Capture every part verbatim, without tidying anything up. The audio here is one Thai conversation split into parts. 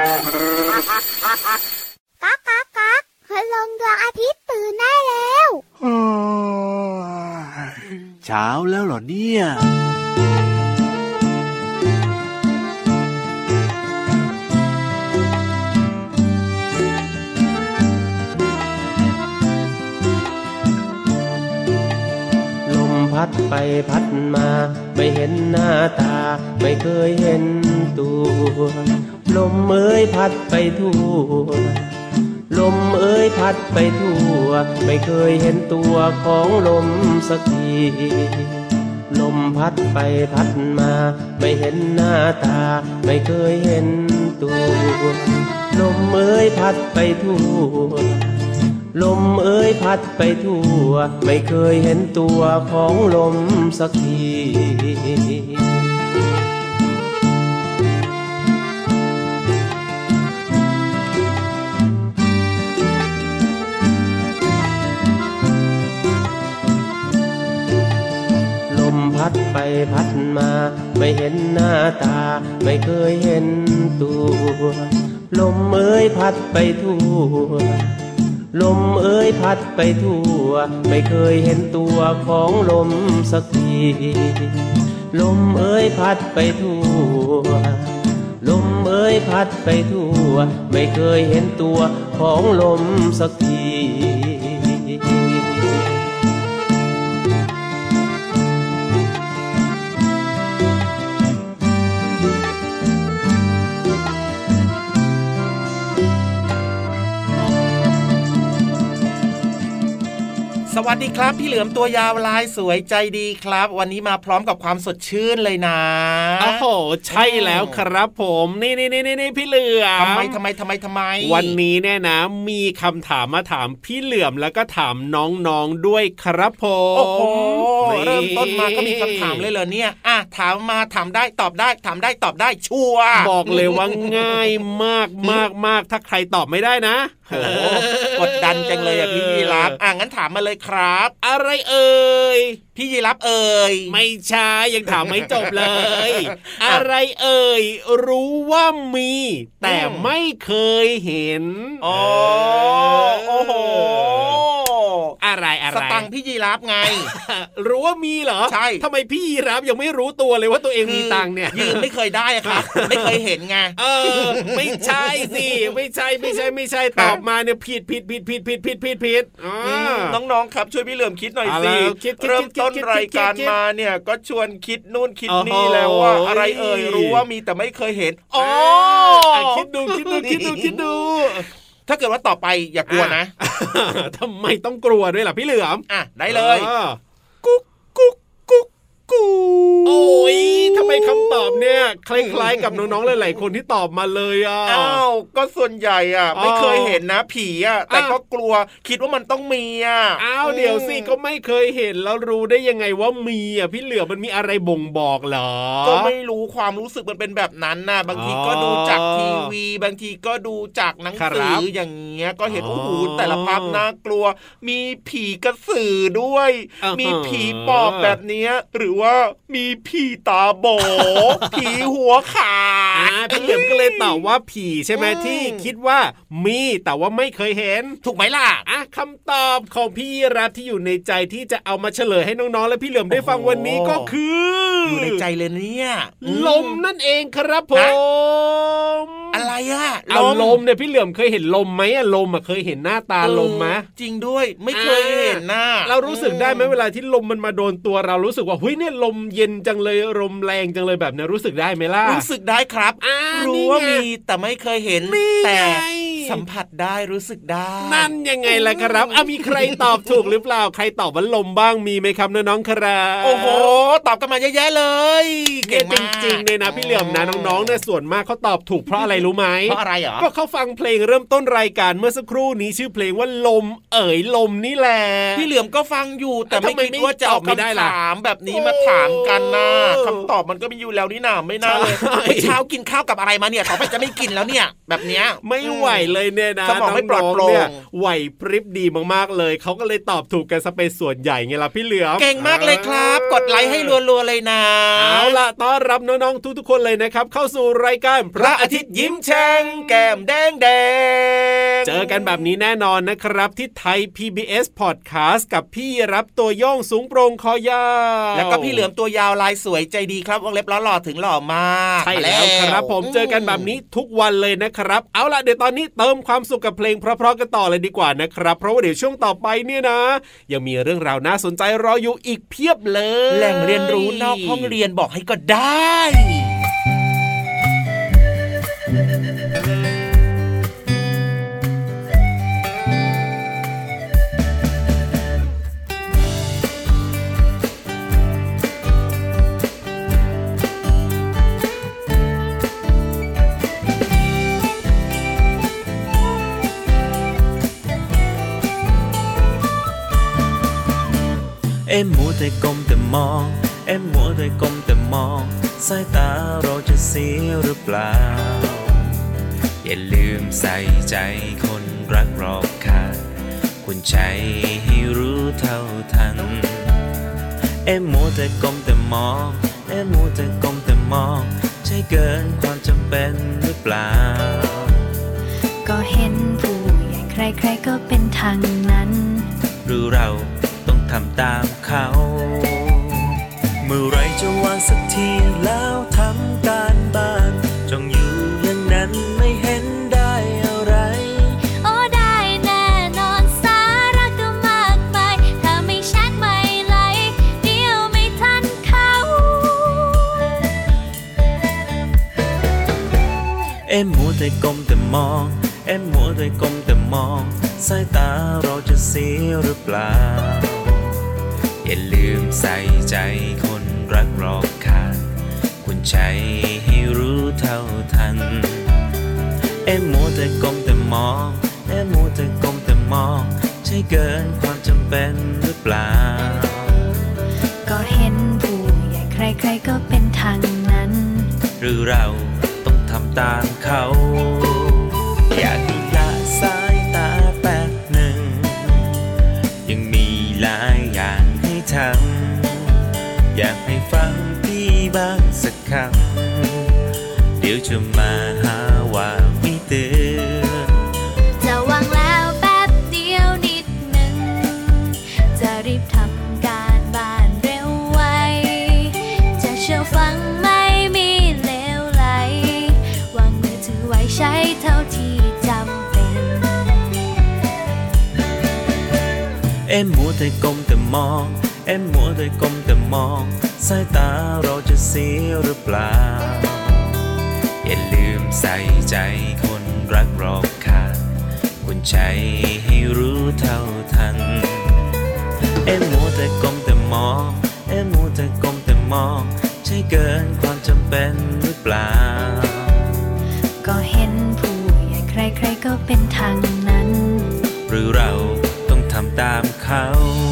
ก๊ากก๊ากก๊ากคืนลงดวงอาทิตย์ตื่นได้แล้วเช้าแล้วเหรอเนี่ยพัดไปพัดมาไม่เห็นหน้าตาไม่เคยเห็นตัวลมเอ้ยพัดไปทั่วลมเอ้ยพัดไปทั่วไม่เคยเห็นตัวของลมสักทีลมพัดไปพัดมาไม่เห็นหน้าตาไม่เคยเห็นตัวลมเอ้ยพัดไปทั่วลมเอ้ยพัดไปทั่วไม่เคยเห็นตัวของลมสักทีลมพัดไปพัดมาไม่เห็นหน้าตาไม่เคยเห็นตัวลมเอ้ยพัดไปทั่วลมเอ้ยพัดไปทั่วไม่เคยเห็นตัวของลมสักทีลมเอ้ยพัดไปทั่วลมเอ้ยพัดไปทั่วไม่เคยเห็นตัวของลมสักทีสวัสดีครับพี่เหลือมตัวยาวลายสวยใจดีครับวันนี้มาพร้อมกับความสดชื่นเลยนะโอ้โหใช่แล้วครับผมนี่นี่นี่นี่พี่เหลือมทำไมทำไมทำไมทำไมวันนี้เนี่ยนะมีคำถามมาถามพี่เหลือมแล้วก็ถามน้องๆด้วยครับผมโอ้โหเริ่มต้นมาก็มีคำถามเลยเหรอเนี่ยอ่ะถามมาถามได้ตอบได้ถามได้ตอบได้ชัวร์บอกเลยว่าง่ายมากมากมากถ้าใครตอบไม่ได้นะโอ้กดดันจังเลยอ่ะพี่ยีรับอ่ะงั้นถามมาเลยครับอะไรเอ่ยพี่ยีรับเอ่ยไม่ใช่ยังถามไม่จบเลยอะไรเอ่ยรู้ว่ามีแต่ไม่เคยเห็นอ๋อโอ้โหอะไรอะไรสตังค์พี่ยีรับไงรู้ว่ามีเหรอใช่ทำไมพี่ยีรับยังไม่รู้ตัวเลยว่าตัวเองมีตังค์เนี่ยยืมไม่เคยได้ครับ ไม่เคยเห็นไงเออไม่ใช่สิไม่ใช่ไม่ใช่ไม่ใช่ตอบมาเนี่ยผิดผิดผิดผิดผิดผิดผิดผิดน้องๆครับช่วยพี่เหลือมคิดหน่อยสิเริ่มต้นรายการมาเนี่ยก็ชวนคิดนู่นคิดนี่แล้วว่าอะไรเอ่ยรู้ว่ามีแต่ไม่เคยเห็นอ๋อคิดดูคิดดูคิดดูคิดดูถ้าเกิดว่าต่อไปอย่ากลัวนะทำไมต้องกลัวด้วยล่ะพี่เหลือมอ่ะได้เลยกุ๊กกุ๊กกุ๊กกูโอ้ยทำไมคำตอบเนี่ยคล้ายๆกับน้องๆหลายๆคนที่ตอบมาเลยอ่ะอ้าวก็ส่วนใหญ่อ่ะไม่เคยเห็นนะผีอ่ะแต่ก็กลัวคิดว่ามันต้องมีอ่ะอ้าวเดี๋ยวสิก็ไม่เคยเห็นแล้วรู้ได้ยังไงว่ามีอ่ะพี่เหลือมันมีอะไรบ่งบอกเหรอก็ไม่รู้ความรู้สึกมันเป็นแบบนั้นน่ะบางทีก็ดูจากทีวีบางทีก็ดูจากหนังสืออย่างเงี้ยก็เห็นโอ้โหแต่ละภาพน่ากลัวมีผีกระสือด้วยมีผีปอบแบบเนี้ยหรือว่ามีผีตาโบผีหัวขาดพี่เหลือมก็เลยตอบว่าผีใช่ไหมที่คิดว่ามีแต่ว่าไม่เคยเห็นถูกไหมล่ะอ่ะคำตอบของพี่รับที่อยู่ในใจที่จะเอามาเฉลยให้น้องๆและพี่เหลือมได้ฟังวันนี้ก็คืออยู่ในใจเลยเนี่ยลมนั่นเองครับผมอะไรอะลมลมเนี่ยพี่เหลือมเคยเห็นลมไหมอะลมอะเคยเห็นหน้าตาลมไหมจริงด้วยไม่เคยเห็นหน้าเรารู้สึกได้ไหมเวลาที่ลมมันมาโดนตัวเรารู้สึกว่าเฮ้ยเนี่ยลมเย็นจังเลยลมแรงจังเลยแบบนี้รู้สึกได้ไหมล่ะรู้สึกได้ครับรู้ว่ามีแต่ไม่เคยเห็นแต่สัมผัสได้รู้สึกได้นั่นยังไงล่ะครับอ่ะมีใครตอบถูกหรือเปล่าใครตอบว่าลมบ้างมีไหมครับน้องๆครับโอ้โหตอบกันมาเยอะแยะเลยเก่งจริงๆเลยนะพี่เหลือมนะน้องๆเนี่ยส่วนมากเขาตอบถูกเพราะอะไรรู้ไหมเพราะอะไรเหรอก็เขาฟังเพลงเริ่มต้นรายการเมื่อสักครู่นี้ชื่อเพลงว่าลมเอ๋ยลมนี่แหละพี่เหลือมก็ฟังอยู่แต่ไม่คิดว่าจะเอาคำถามแบบนี้มาถามกันนะคำตอบมันก็มีอยู่แล้วนี่นาไม่น่าเลยเมื่อเช้ากินข้าวกับอะไรมาเนี่ยต่อไปจะไม่กินแล้วเนี่ยแบบเนี้ยไม่ไหวเลยเนี่ยนะสมองไม่ปลอดโปร่งไหวพริบดีมากๆเลยเขาก็เลยตอบถูกกันซะเป็นส่วนใหญ่ไงล่ะพี่เหลือมเก่งมากเลยครับกดไลค์ให้รัวๆเลยนะเอาล่ะต้อนรับน้องๆทุกๆคนเลยนะครับเข้าสู่รายการพระอาทิตย์ยิ้มแฉ่งแก้มแดงแดงเจอกันแบบนี้แน่นอนนะครับที่ไทย พี บี เอส Podcast กับพี่รับตัวโยงสูงโปร่งคอยาวแล้วก็พี่เหลือมตัวยาวลายสวยใจดีครับวงเล็บล้อหล่อถึงหล่อมากใช่แล้วครับผมเจอกันแบบนี้ทุกวันเลยนะครับเอาล่ะเดี๋ยวตอนนี้เติมความสุขกับเพลงเพราะๆกันต่อเลยดีกว่านะครับเพราะว่าเดี๋ยวช่วงต่อไปเนี่ยนะยังมีเรื่องราวน่าสนใจรออยู่อีกเพียบเลยแหล่งเรียนรู้นอกห้องเรียนบอกให้ก็ได้เอ็มมัวแต่ก้มแต่มองเอ็มมัวแต่ก้มแต่มองสายตาเราจะเสียหรือเปล่าอย่าลืมใส่ใจคนรักรอบข้างคุณใจให้รู้เท่าทันเอ็มมัวแต่ก้มแต่มองเอ็มมัวแต่ก้มแต่มองใช่เกินความจำเป็นหรือเปล่าก็เห็นผู้ใหญ่ใครๆก็เป็นทางนั้นหรือเราต้องทำตามเขาเมื่อไรจะวางสักทีแล้วทำการบ้านจ้องอยู่อย่างนั้นไม่เห็นได้อะไรโอ้ได้แน่นอนสาระก็มากมายถ้าไม่แชทไม่ไลค์เดี๋ยวไม่ทันเขาเอ็มมัวแต่ก้มแต่มองเอ็มมัวแต่ก้มแต่มองสายตาเราจะเสียหรือเปล่าอย่าลืมใส่ใจคนรักรอบข้างคุณใจให้รู้เท่าทันเอ็มมัวแต่ก้มแต่มองเอ็มมัวแต่ก้มแต่มองใช่เกินความจำเป็นหรือเปล่าก็เห็นผู้ใหญ่ใครๆก็เป็นทางนั้นหรือเราต้องทำตามเขาอยากให้ละสายตาแป๊บหนึ่งยังมีหลายอย่างให้ทำอยากให้ฟังพี่บ้างสักคำเดี๋ยวจะมาหาว่าไม่เตือนจะวางแล้วแป๊บเดียวนิดหนึ่งจะรีบทำการบ้านเร็วไวจะเชื่อฟังไม่มีเลวไหลวางมือถือไว้ใช้เท่าที่จำเป็นเอ็มมัวแต่ก้มแต่มองเอ็มมัวแต่ก้มแต่มองสายตาเราจะเสียหรือเปล่าอย่าลืมใส่ใจคนรักรอบข้างคุณใจให้รู้เท่าทันเอ็มมัวแต่ก้มแต่มองเอ็มมัวแต่ก้มแต่มองใช่เกินความจำเป็นหรือเปล่าก็เห็นผู้ใหญ่ใครๆก็เป็นทางนั้นหรือเราต้องทำตามเขา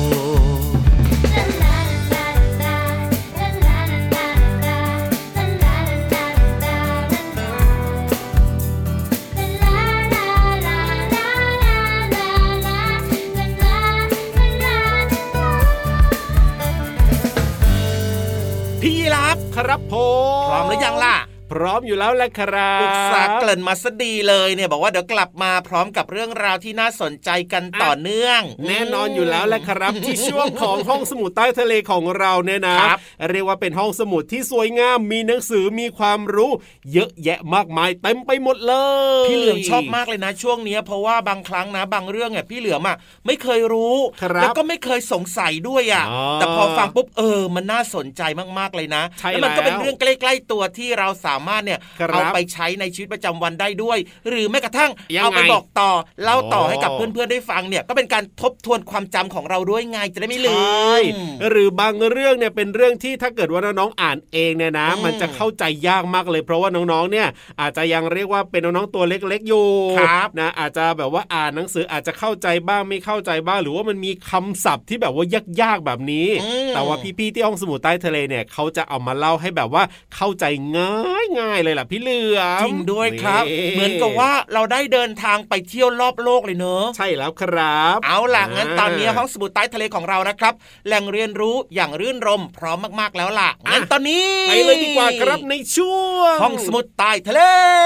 พี่รับครับผมพร้อมหรือยังล่ะพร้อมอยู่แล้วแหละครับอุตส่าห์เกริ่นมาซะดีเลยเนี่ยบอกว่าเดี๋ยวกลับมาพร้อมกับเรื่องราวที่น่าสนใจกันต่อเนื่องแน่นอนอยู่แล้วแหละครับ ที่ช่วงของห้องสมุดใต้ทะเลของเราเนี่ยนะเรียกว่าเป็นห้องสมุดที่สวยงามมีหนังสือมีความรู้เยอะแยะมากมายเต็มไปหมดเลยพี่เหลือมชอบมากเลยนะช่วงนี้เพราะว่าบางครั้งนะบางเรื่องเนี่ยพี่เหลือมอ่ะไม่เคยรู้แล้วก็ไม่เคยสงสัยด้วยอ่ะแต่พอฟังปุ๊บเออมันน่าสนใจมากๆเลยนะแล้วมันก็เป็นเรื่องใกล้ๆตัวที่เราสามารถเนี่ยเอาไปใช้ในชีวิตประจำวันได้ด้วยหรือแม้กระทั่งเอาไปบอกต่อเล่าต่อให้กับเพื่อนๆได้ฟังเนี่ยก็เป็นการทบทวนความจำของเราด้วยไงจะได้ไม่ลืมหรือบางเรื่องเนี่ยเป็นเรื่องที่ถ้าเกิดว่าน้องๆอ่านเองเนี่ยนะมันจะเข้าใจยากมากเลยเพราะว่าน้องๆเนี่ยอาจจะยังเรียกว่าเป็นน้องๆตัวเล็กๆอยู่นะอาจจะแบบว่าอ่านหนังสืออาจจะเข้าใจบ้างไม่เข้าใจบ้างหรือว่ามันมีคำศัพท์ที่แบบว่ายากๆแบบนี้แต่ว่าพี่ๆที่ห้องสมุดใต้ทะเลเนี่ยเขาจะเอามาเล่าให้แบบว่าเข้าใจง่ายง่ายเลยล่ะพี่เหลือมจริงด้วยครับเหมือนกับว่าเราได้เดินทางไปเที่ยวรอบโลกเลยเนอะใช่แล้วครับเอาล่ะงั้นตอนนี้ห้องสมุดใต้ทะเลของเรานะครับแหล่งเรียนรู้อย่างรื่นรมพร้อมมากๆแล้วล่ะงั้นตอนนี้ไปเลยดีกว่าครับในช่วงห้องสมุดใต้ทะเล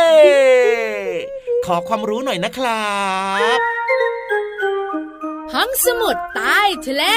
ขอความรู้หน่อยนะครับห้องสมุดใต้ทะเล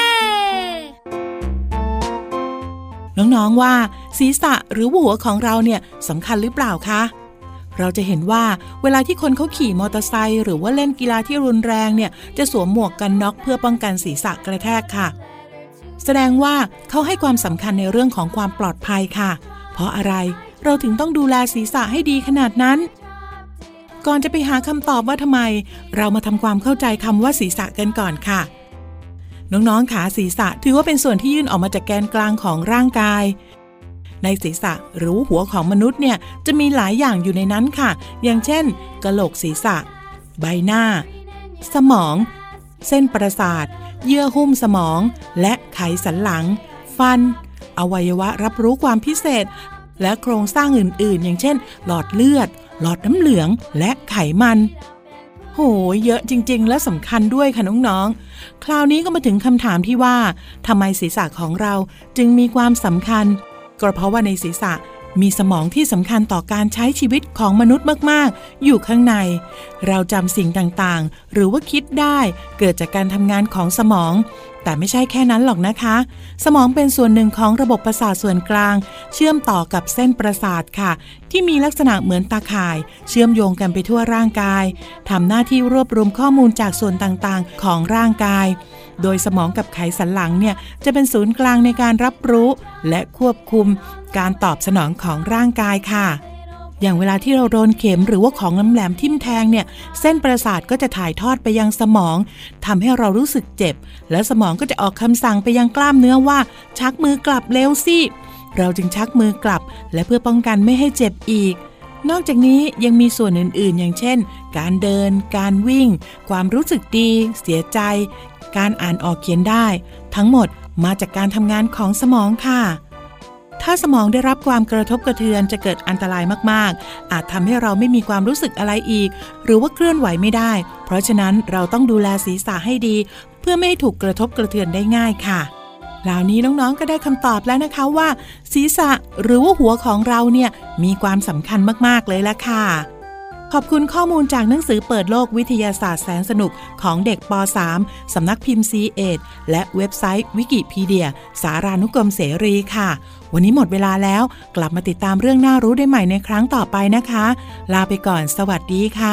น้องๆว่าศีรษะหรือหัวของเราเนี่ยสำคัญหรือเปล่าคะเราจะเห็นว่าเวลาที่คนเขาขี่มอเตอร์ไซค์หรือว่าเล่นกีฬาที่รุนแรงเนี่ยจะสวมหมวกกันน็อกเพื่อป้องกันศีรษะกระแทกค่ะแสดงว่าเขาให้ความสำคัญในเรื่องของความปลอดภัยค่ะเพราะอะไรเราถึงต้องดูแลศีรษะให้ดีขนาดนั้นก่อนจะไปหาคำตอบว่าทำไมเรามาทำความเข้าใจคำว่าศีรษะกันก่อนค่ะน้องๆขาศีรษะถือว่าเป็นส่วนที่ยื่นออกมาจากแกนกลางของร่างกายในศีรษะหรือหัวของมนุษย์เนี่ยจะมีหลายอย่างอยู่ในนั้นค่ะอย่างเช่นกะโหลกศีรษะใบหน้าสมองเส้นประสาทเยื่อหุ้มสมองและไขสันหลังฟันอวัยวะรับรู้ความพิเศษและโครงสร้างอื่นๆอย่างเช่นหลอดเลือดหลอดน้ำเหลืองและไขมันโหเยอะจริงๆและสำคัญด้วยค่ะน้องๆคราวนี้ก็มาถึงคำถามที่ว่าทำไมศีรษะของเราจึงมีความสำคัญก็เพราะว่าในศีรษะมีสมองที่สำคัญต่อการใช้ชีวิตของมนุษย์มากๆอยู่ข้างในเราจำสิ่งต่างๆหรือว่าคิดได้เกิดจากการทำงานของสมองแต่ไม่ใช่แค่นั้นหรอกนะคะสมองเป็นส่วนหนึ่งของระบบประสาทส่วนกลางเชื่อมต่อกับเส้นประสาทค่ะที่มีลักษณะเหมือนตาข่ายเชื่อมโยงกันไปทั่วร่างกายทำหน้าที่รวบรวมข้อมูลจากส่วนต่างๆของร่างกายโดยสมองกับไขสันหลังเนี่ยจะเป็นศูนย์กลางในการรับรู้และควบคุมการตอบสนองของร่างกายค่ะอย่างเวลาที่เราโดนเข็มหรือว่าของแหลมๆทิ่มแทงเนี่ยเส้นประสาทก็จะถ่ายทอดไปยังสมองทำให้เรารู้สึกเจ็บและสมองก็จะออกคำสั่งไปยังกล้ามเนื้อว่าชักมือกลับเร็วสิเราจึงชักมือกลับและเพื่อป้องกันไม่ให้เจ็บอีกนอกจากนี้ยังมีส่วนอื่นๆอย่างเช่นการเดินการวิ่งความรู้สึกดีเสียใจการอ่านออกเขียนได้ทั้งหมดมาจากการทำงานของสมองค่ะถ้าสมองได้รับความกระทบกระเทือนจะเกิดอันตรายมากๆอาจทำให้เราไม่มีความรู้สึกอะไรอีกหรือว่าเคลื่อนไหวไม่ได้เพราะฉะนั้นเราต้องดูแลศีรษะให้ดีเพื่อไม่ให้ถูกกระทบกระเทือนได้ง่ายค่ะคราวนี้น้องๆก็ได้คำตอบแล้วนะคะว่าศีรษะหรือว่าหัวของเราเนี่ยมีความสำคัญมากๆเลยละค่ะขอบคุณข้อมูลจากหนังสือเปิดโลกวิทยาศาสตร์แสนสนุกของเด็กป .สาม สำนักพิมพ์ ซี เอ็ด และเว็บไซต์วิกิพีเดียสารานุกรมเสรีค่ะวันนี้หมดเวลาแล้วกลับมาติดตามเรื่องน่ารู้ได้ใหม่ในครั้งต่อไปนะคะลาไปก่อนสวัสดีค่ะ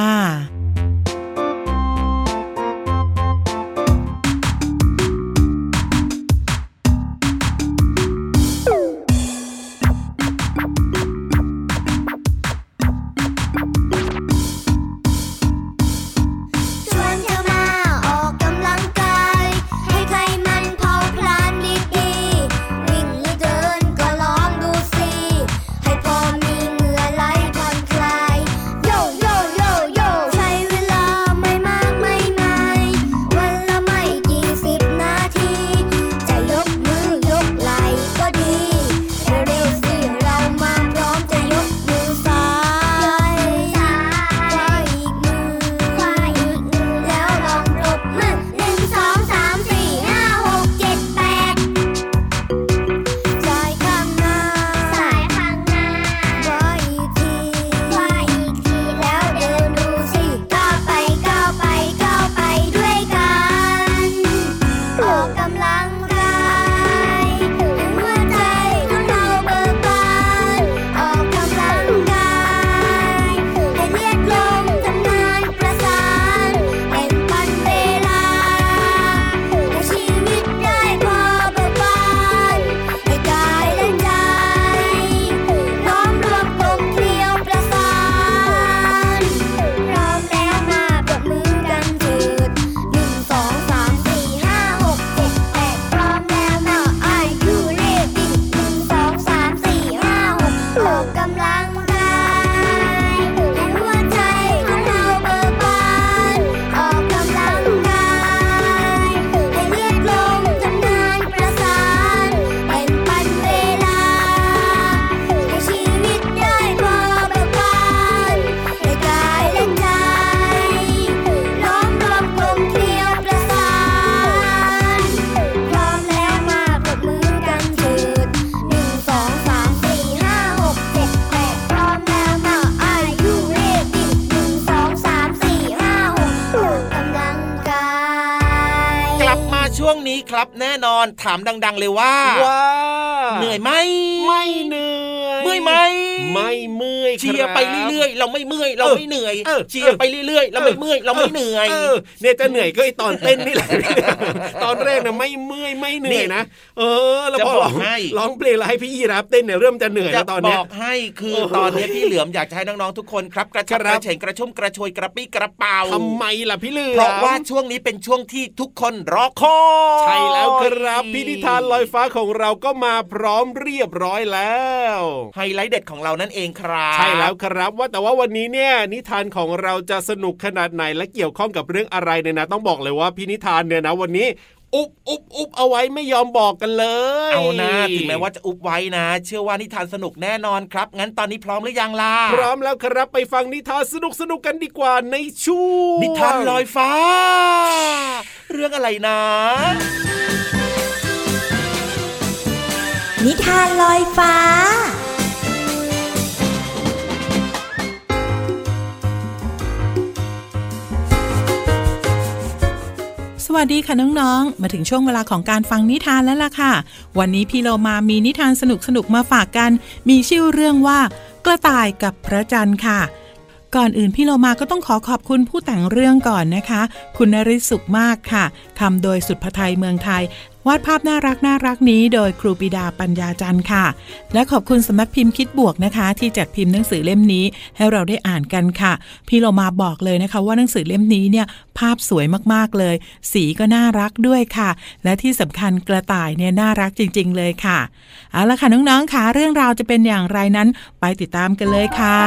ใช้ช่วงนี้ครับแน่นอนถามดังๆเลยว่าว่าเหนื่อยไหมไม่เหนื่อยเมื่อยไหมไม่เมื่อยเชียร์ไปเรื่อยๆเราไม่เมื่อยเราไม่เหนื่อยเชียร์ไปเรื่อยๆเราไม่เมื่อยเราไม่เหนื่อยเนี่ยจะเหนื่อยก็ไอตอนเต้นนี่แหละตอนแรกนะไม่เมื่อยไม่เหนื่อยนะเออแล้วพอร้องร้องเพลงแล้วให้พี่ยีรับเต้นเนี่ยเริ่มจะเหนื่อยแล้วตอนนี้จะบอกให้คือตอนนี้พี่เหลือมอยากจะให้น้องๆทุกคนครับกระชับกระเฉงกระชุ่มกระชวยกระปี้กระเป๋าทำไมล่ะพี่เหลือมเพราะว่าช่วงนี้เป็นช่วงที่ทุกคนรอคอยใช่แล้วครับพี่นิทานลอยฟ้าของเราก็มาพร้อมเรียบร้อยแล้วไฮไลท์เด็ดของเรานั่นเองครับใช่แล้วครับว่าแต่ว่าวันนี้เนี่ยนิทานของเราจะสนุกขนาดไหนและเกี่ยวข้องกับเรื่องอะไรเนี่ยนะต้องบอกเลยว่าพี่นิทานเนี่ยนะวันนี้อุบอุบอุบเอาไว้ไม่ยอมบอกกันเลยเอานะถึงแม้ว่าจะอุบไว้นะเชื่อว่านิทานสนุกแน่นอนครับงั้นตอนนี้พร้อมหรือยังล่ะพร้อมแล้วครับไปฟังนิทานสนุกสนุกกันดีกว่าในช่วงนิทานลอยฟ้าเรื่องอะไรนะนิทานลอยฟ้าสวัสดีค่ะน้องๆมาถึงช่วงเวลาของการฟังนิทานแล้วล่ะค่ะวันนี้พี่โลมามีนิทานสนุกๆมาฝากกันมีชื่อเรื่องว่ากระต่ายกับพระจันทร์ค่ะก่อนอื่นพี่โลมาก็ต้องขอขอบคุณผู้แต่งเรื่องก่อนนะคะคุณนฤทธิ์สุขมากค่ะทำโดยสุดพไทยเมืองไทยวาดภาพน่ารักน่ารักนี้โดยครูปิดาปัญญาจันทร์ค่ะและขอบคุณสำนักพิมพ์คิดบวกนะคะที่จัดพิมพ์หนังสือเล่มนี้ให้เราได้อ่านกันค่ะพี่โลมาบอกเลยนะคะว่าหนังสือเล่มนี้เนี่ยภาพสวยมากๆเลยสีก็น่ารักด้วยค่ะและที่สำคัญกระต่ายเนี่ยน่ารักจริงๆเลยค่ะเอาละค่ะน้องๆค่ะเรื่องราวจะเป็นอย่างไรนั้นไปติดตามกันเลยค่ะ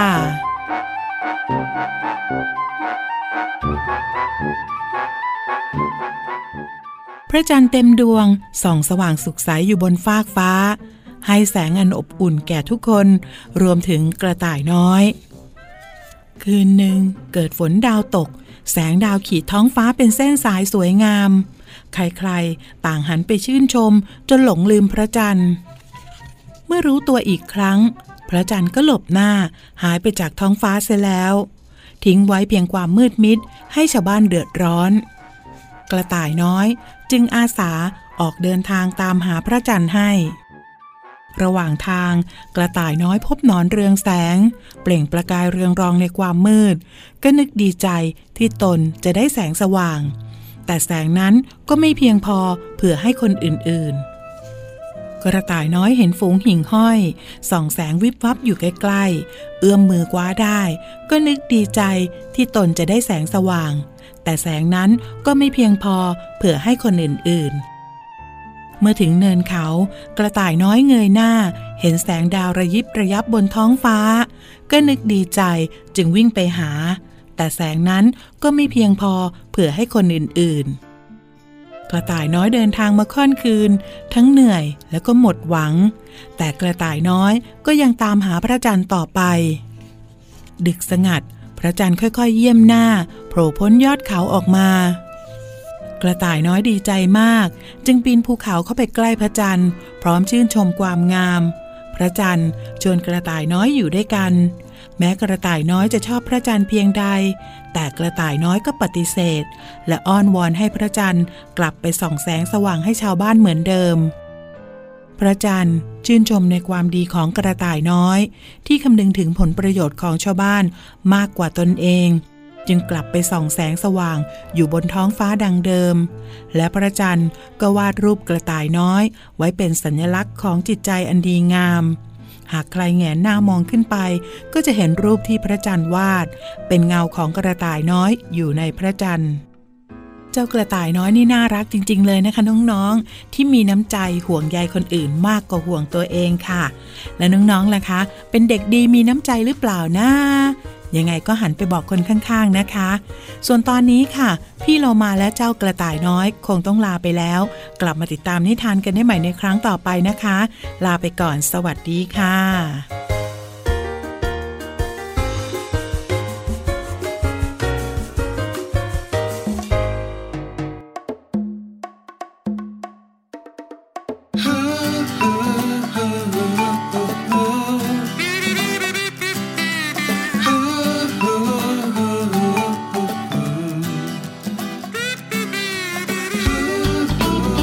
พระจันทร์เต็มดวงส่องสว่างสุขใสอยู่บนฟากฟ้าให้แสงอันอบอุ่นแก่ทุกคนรวมถึงกระต่ายน้อยคืนหนึ่งเกิดฝนดาวตกแสงดาวขีดท้องฟ้าเป็นเส้นสายสวยงามใครๆต่างหันไปชื่นชมจนหลงลืมพระจันทร์เมื่อรู้ตัวอีกครั้งพระจันทร์ก็หลบหน้าหายไปจากท้องฟ้าเสียแล้วทิ้งไว้เพียงความมืดมิดให้ชาวบ้านเดือดร้อนกระต่ายน้อยจึงอาสาออกเดินทางตามหาพระจันทร์ให้ระหว่างทางกระต่ายน้อยพบหนอนเรืองแสงเปล่งประกายเรืองรองในความมืดก็นึกดีใจที่ตนจะได้แสงสว่างแต่แสงนั้นก็ไม่เพียงพอเผื่อให้คนอื่นๆกระต่ายน้อยเห็นฝูงหิ่งห้อยส่องแสงวิบวับอยู่ใกล้ๆเอื้อมมือคว้าได้ก็นึกดีใจที่ตนจะได้แสงสว่างแต่แสงนั้นก็ไม่เพียงพอเผื่อให้คนอื่นๆเมื่อถึงเนินเขากระต่ายน้อยเงยหน้าเห็นแสงดาวระยิบระยับบนท้องฟ้าก็นึกดีใจจึงวิ่งไปหาแต่แสงนั้นก็ไม่เพียงพอเผื่อให้คนอื่นๆกระต่ายน้อยเดินทางมาค่อนคืนทั้งเหนื่อยแล้วก็หมดหวังแต่กระต่ายน้อยก็ยังตามหาพระจันทร์ต่อไปดึกสงัดพระจันทร์ค่อยๆเยี่ยมหน้าโผล่พ้นยอดเขาออกมากระต่ายน้อยดีใจมากจึงปีนภูเขาเข้าไปใกล้พระจันทร์พร้อมชื่นชมความงามพระจันทร์ชวนกระต่ายน้อยอยู่ด้วยกันแม้กระต่ายน้อยจะชอบพระจันทร์เพียงใดแต่กระต่ายน้อยก็ปฏิเสธและอ้อนวอนให้พระจันทร์กลับไปส่องแสงสว่างให้ชาวบ้านเหมือนเดิมพระจันทร์ชื่นชมในความดีของกระต่ายน้อยที่คำนึงถึงผลประโยชน์ของชาวบ้านมากกว่าตนเองจึงกลับไปส่องแสงสว่างอยู่บนท้องฟ้าดังเดิมและพระจันทร์ก็วาดรูปกระต่ายน้อยไว้เป็นสัญลักษณ์ของจิตใจอันดีงามหากใครแงนหน้ามองขึ้นไปก็จะเห็นรูปที่พระจันทร์วาดเป็นเงาของกระต่ายน้อยอยู่ในพระจันทร์เจ้ากระต่ายน้อยนี่น่ารักจริงๆเลยนะคะน้องๆที่มีน้ำใจห่วงใยคนอื่นมากกว่าห่วงตัวเองค่ะและน้องๆล่ะคะเป็นเด็กดีมีน้ำใจหรือเปล่านะยังไงก็หันไปบอกคนข้างๆนะคะส่วนตอนนี้ค่ะพี่โลมาและเจ้ากระต่ายน้อยคงต้องลาไปแล้วกลับมาติดตามนิทานกันได้ใหม่ในครั้งต่อไปนะคะลาไปก่อนสวัสดีค่ะเ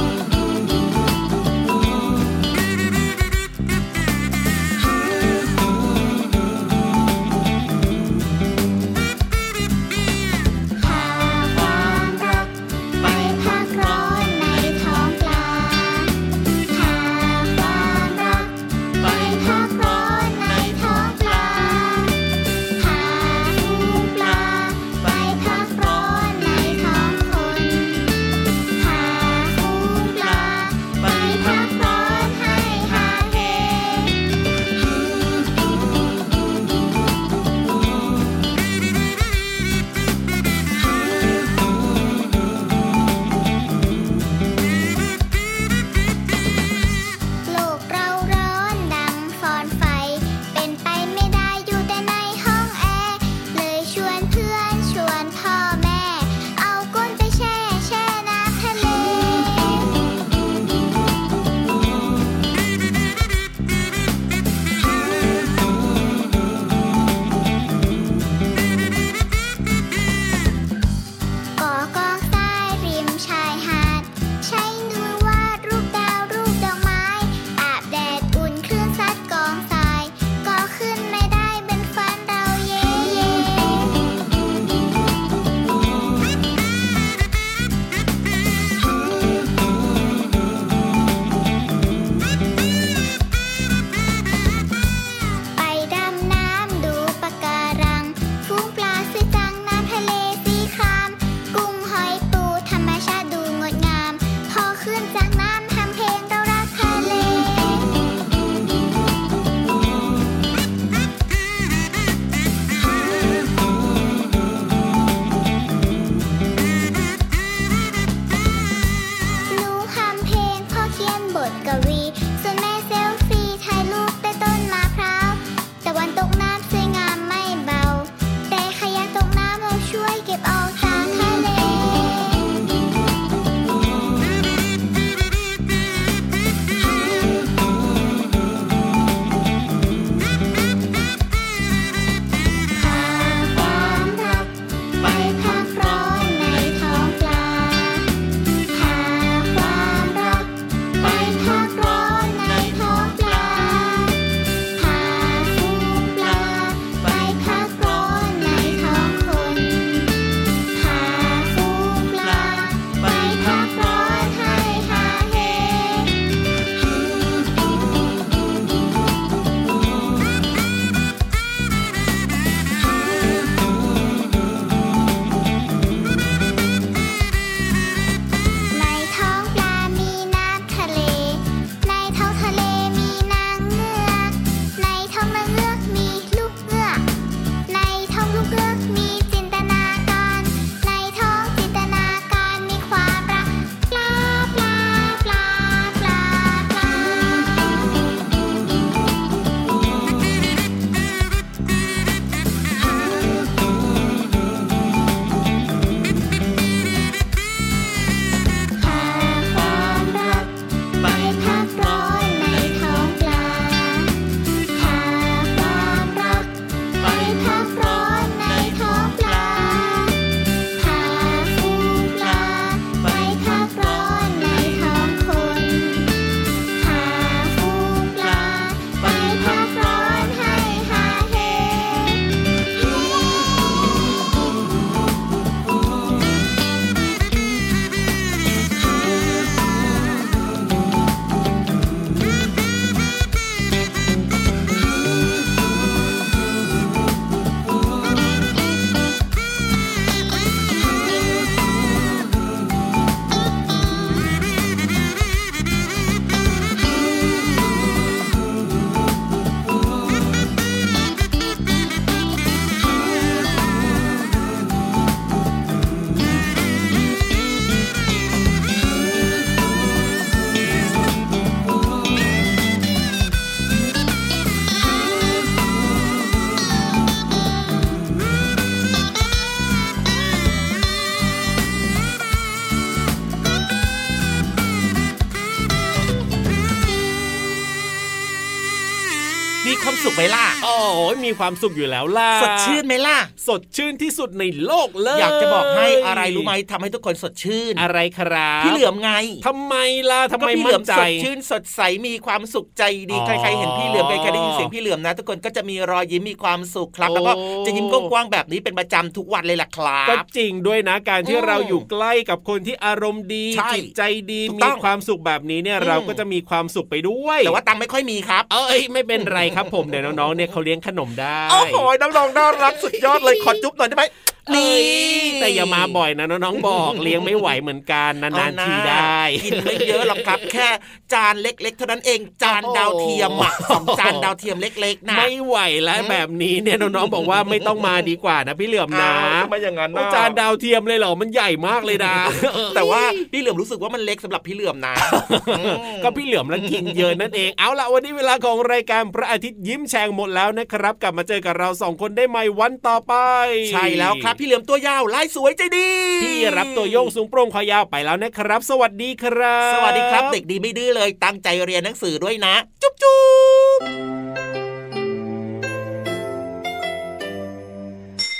สุขไหมล่ะโอ้ยมีความสุขอยู่แล้วล่ะสดชื่นไหมล่ะสดชื่นที่สุดในโลกเลยอยากจะบอกให้อะไรรู้ไหมทำให้ทุกคนสดชื่นอะไรครับพี่เหลือมไงทำไมล่ะทำไมพี่เหลือมสดชื่นสดใสมีความสุขใจดีใครๆเห็นพี่เหลือมใครๆได้ยินเสียงพี่เหลือมนะทุกคนก็จะมีรอยยิ้มมีความสุขครับแล้วก็จะยิ้มกว้างๆแบบนี้เป็นประจำทุกวันเลยล่ะครับก็จริงด้วยนะการที่เราอยู่ใกล้กับคนที่อารมณ์ดีจิตใจดีมีความสุขแบบนี้เนี่ยเราก็จะมีความสุขไปด้วยแต่ว่าตังค์ไม่ค่อยมีครับเอ้ยไม่เป็นไรครับผมเดี๋ยวน้องๆเนี่ยเขาเลี้ยงขนมได้โอ้โหน้องๆน่ารักสุดยอดเลยขอจุ๊บหน่อยได้ไหมนี่แต่อย่ามาบ่อยนะน้องๆบอกเลี้ยงไม่ไหวเหมือนกันนานๆทีได้กินไม่เยอะหรอกครับแค่จานเล็กๆเท่านั้นเองจานดาวเทียมอ่ะสองจานดาวเทียมเล็กๆนะไม่ไหวแล้วแบบนี้เนี่ยน้องๆบอกว่าไม่ต้องมาดีกว่านะพี่เหลือมนะไม่อย่างนั้นจานดาวเทียมเลยเหรอมันใหญ่มากเลยนะแต่ว่าพี่เหลือมรู้สึกว่ามันเล็กสำหรับพี่เหลือมนะก็พี่เหลือมแล้วกินเยอะนั่นเองเอาล่ะวันนี้เวลาของรายการพระอาทิตย์ยิ้มแฉ่งหมดแล้วนะครับกลับมาเจอกับเราสองคนได้ใหม่วันต่อไปใช่แล้วครับพี่เหลือมตัวยาวลายสวยใจดีพี่รับตัวโยงสูงโปร่งคอยาวไปแล้วนะครับสวัสดีครับสวัสดีครับเด็กดีไม่ดื้อเลยตั้งใจเรียนหนังสือด้วยนะจุ๊บจุ๊บ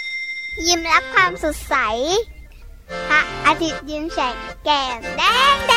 ยิ้มรับความสดใสพระอาทิตย์ยิ้มแฉกแก้มแดงแด